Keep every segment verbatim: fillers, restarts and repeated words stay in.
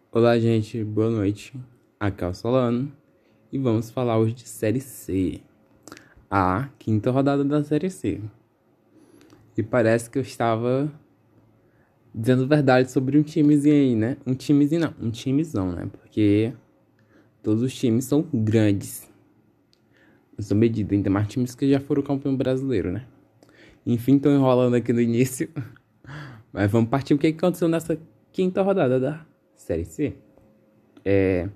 Olá, gente, boa noite. Aqui é o Solano e vamos falar hoje de Série C, a quinta rodada da Série C. E parece que eu estava dizendo verdade sobre um timezinho aí, né? Um timezinho não, um timezão, né? Porque todos os times são grandes. Eu sou medido, ainda mais times que já foram campeão brasileiro, né? Enfim, tô enrolando aqui no início. Mas vamos partir o que aconteceu nessa quinta rodada da Série C. É...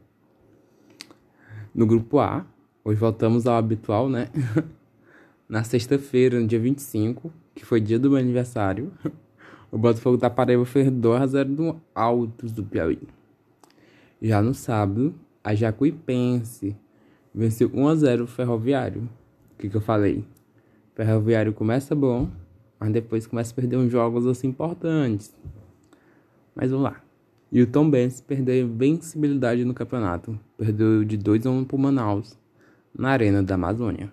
No grupo A, hoje voltamos ao habitual, né? Na sexta-feira, no dia vinte e cinco, que foi dia do meu aniversário, o Botafogo da Paraíba fez dois a zero no Altos do Piauí. Já no sábado, a Jacuipense venceu um a zero o Ferroviário. O que que eu falei? O Ferroviário começa bom, mas depois começa a perder uns jogos assim importantes. Mas vamos lá. E o Tombense perdeu invencibilidade no campeonato. Perdeu de dois a um por Manaus, na Arena da Amazônia.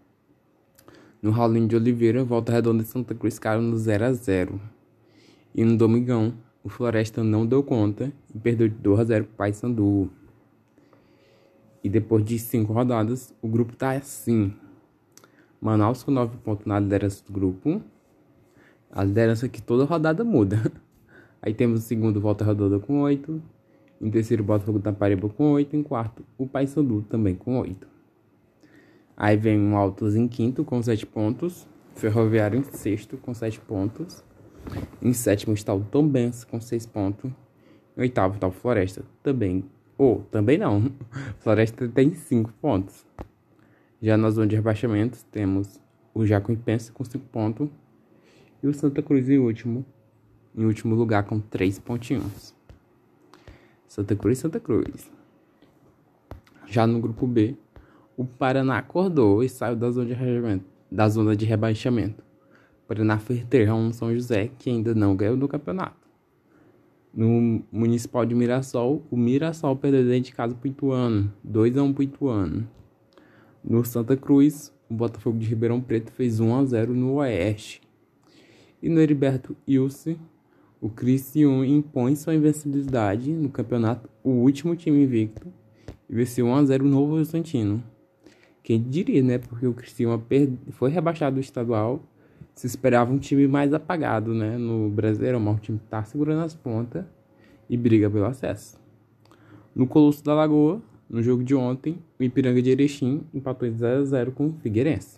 No Raulino de Oliveira, Volta Redonda e Santa Cruz caíram no zero a zero. E no Domingão, o Floresta não deu conta e perdeu de dois a zero para o Paysandu. E depois de cinco rodadas, o grupo tá assim. Manaus com nove pontos na liderança do grupo. A liderança que toda rodada muda. Aí temos o segundo, Volta Redonda com oito. Em terceiro, Botafogo da Paraíba com oito. Em quarto, o Paysandu também com oito. Aí vem um Altos em quinto com sete pontos. Ferroviário em sexto com sete pontos. Em sétimo está o Tombense com seis pontos. Em oitavo está o Floresta também. Ou, oh, também não. Floresta tem cinco pontos. Já na zona de rebaixamento temos o Jacuipense com cinco pontos. E o Santa Cruz em último. Em último lugar com três pontinhos. Santa Cruz, Santa Cruz. Já no grupo B, o Paraná acordou e saiu da zona de rebaixamento. Da zona de rebaixamento. O Paraná fez três a um no São José, que ainda não ganhou no campeonato. No Municipal de Mirassol, o Mirassol perdeu dentro de casa para o Ituano. dois a um para o Ituano. No Santa Cruz, o Botafogo de Ribeirão Preto fez um a zero no Oeste. E no Heriberto Ilse, o Criciúma impõe sua invencibilidade no campeonato, o último time invicto, e venceu um a zero no Novo Horizontino. Quem diria, né? Porque o Criciúma perde... foi rebaixado do estadual. Se esperava um time mais apagado, né? No Brasileirão, mas o time tá segurando as pontas e briga pelo acesso. No Colosso da Lagoa, no jogo de ontem, o Ipiranga de Erechim empatou em zero a zero com o Figueirense.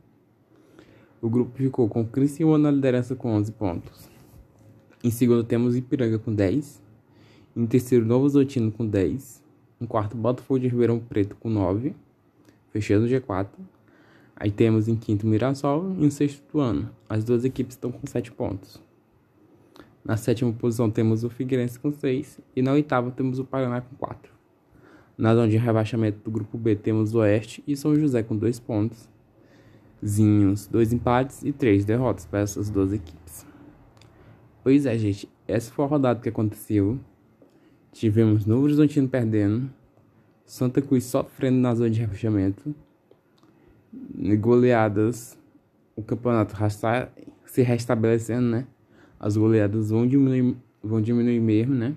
O grupo ficou com o Criciúma na liderança com onze pontos. Em segundo temos Ipiranga com dez. Em terceiro, Novo Horizontino com dez. Em quarto, Botafogo de Ribeirão Preto com nove. Fechando o G quatro. Aí temos em quinto Mirassol e em sexto Ituano. As duas equipes estão com sete pontos. Na sétima posição temos o Figueirense com seis. E na oitava temos o Paraná com quatro. Na zona de rebaixamento do grupo B temos o Oeste e São José com dois pontos. Zinhos, dois empates e três derrotas para essas duas equipes. Pois é, gente. Essa foi a rodada que aconteceu. Tivemos Novo Horizontino perdendo. Santa Cruz sofrendo na zona de rebaixamento. Goleadas. O campeonato está se restabelecendo, né? As goleadas vão diminuir, vão diminuir mesmo, né?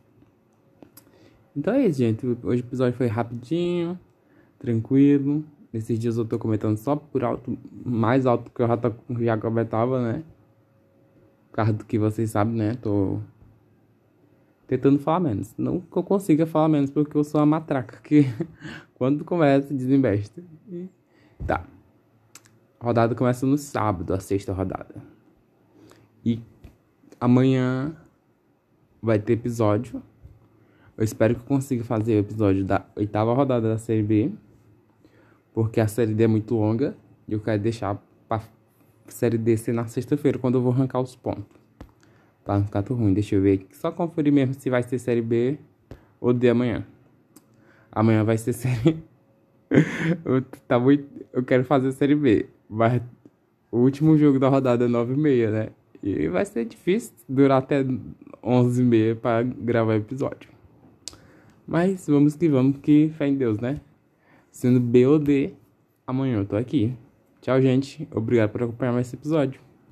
Então é isso, gente. Hoje o episódio foi rapidinho, tranquilo. Nesses dias eu tô comentando só por alto, mais alto que eu já, tô, já comentava, né? Por causa do que vocês sabem, né? Tô tentando falar menos. Não que eu consiga falar menos, porque eu sou uma matraca que quando começa, desinveste. E tá. A rodada começa no sábado, a sexta rodada. E amanhã vai ter episódio. Eu espero que eu consiga fazer o episódio da oitava rodada da Série B. Porque a Série D é muito longa. E eu quero deixar pra Série D ser na sexta-feira, quando eu vou arrancar os pontos. Pra não ficar tão ruim. Deixa eu ver aqui. Só conferir mesmo se vai ser Série B ou D amanhã. Amanhã vai ser Série... eu, tá muito... eu quero fazer Série B. Mas o último jogo da rodada é nove e meia, né? E vai ser difícil durar até onze e meia pra gravar episódio. Mas vamos que vamos, que fé em Deus, né? Sendo B ou D, amanhã eu tô aqui. Tchau, gente. Obrigado por acompanhar mais esse episódio.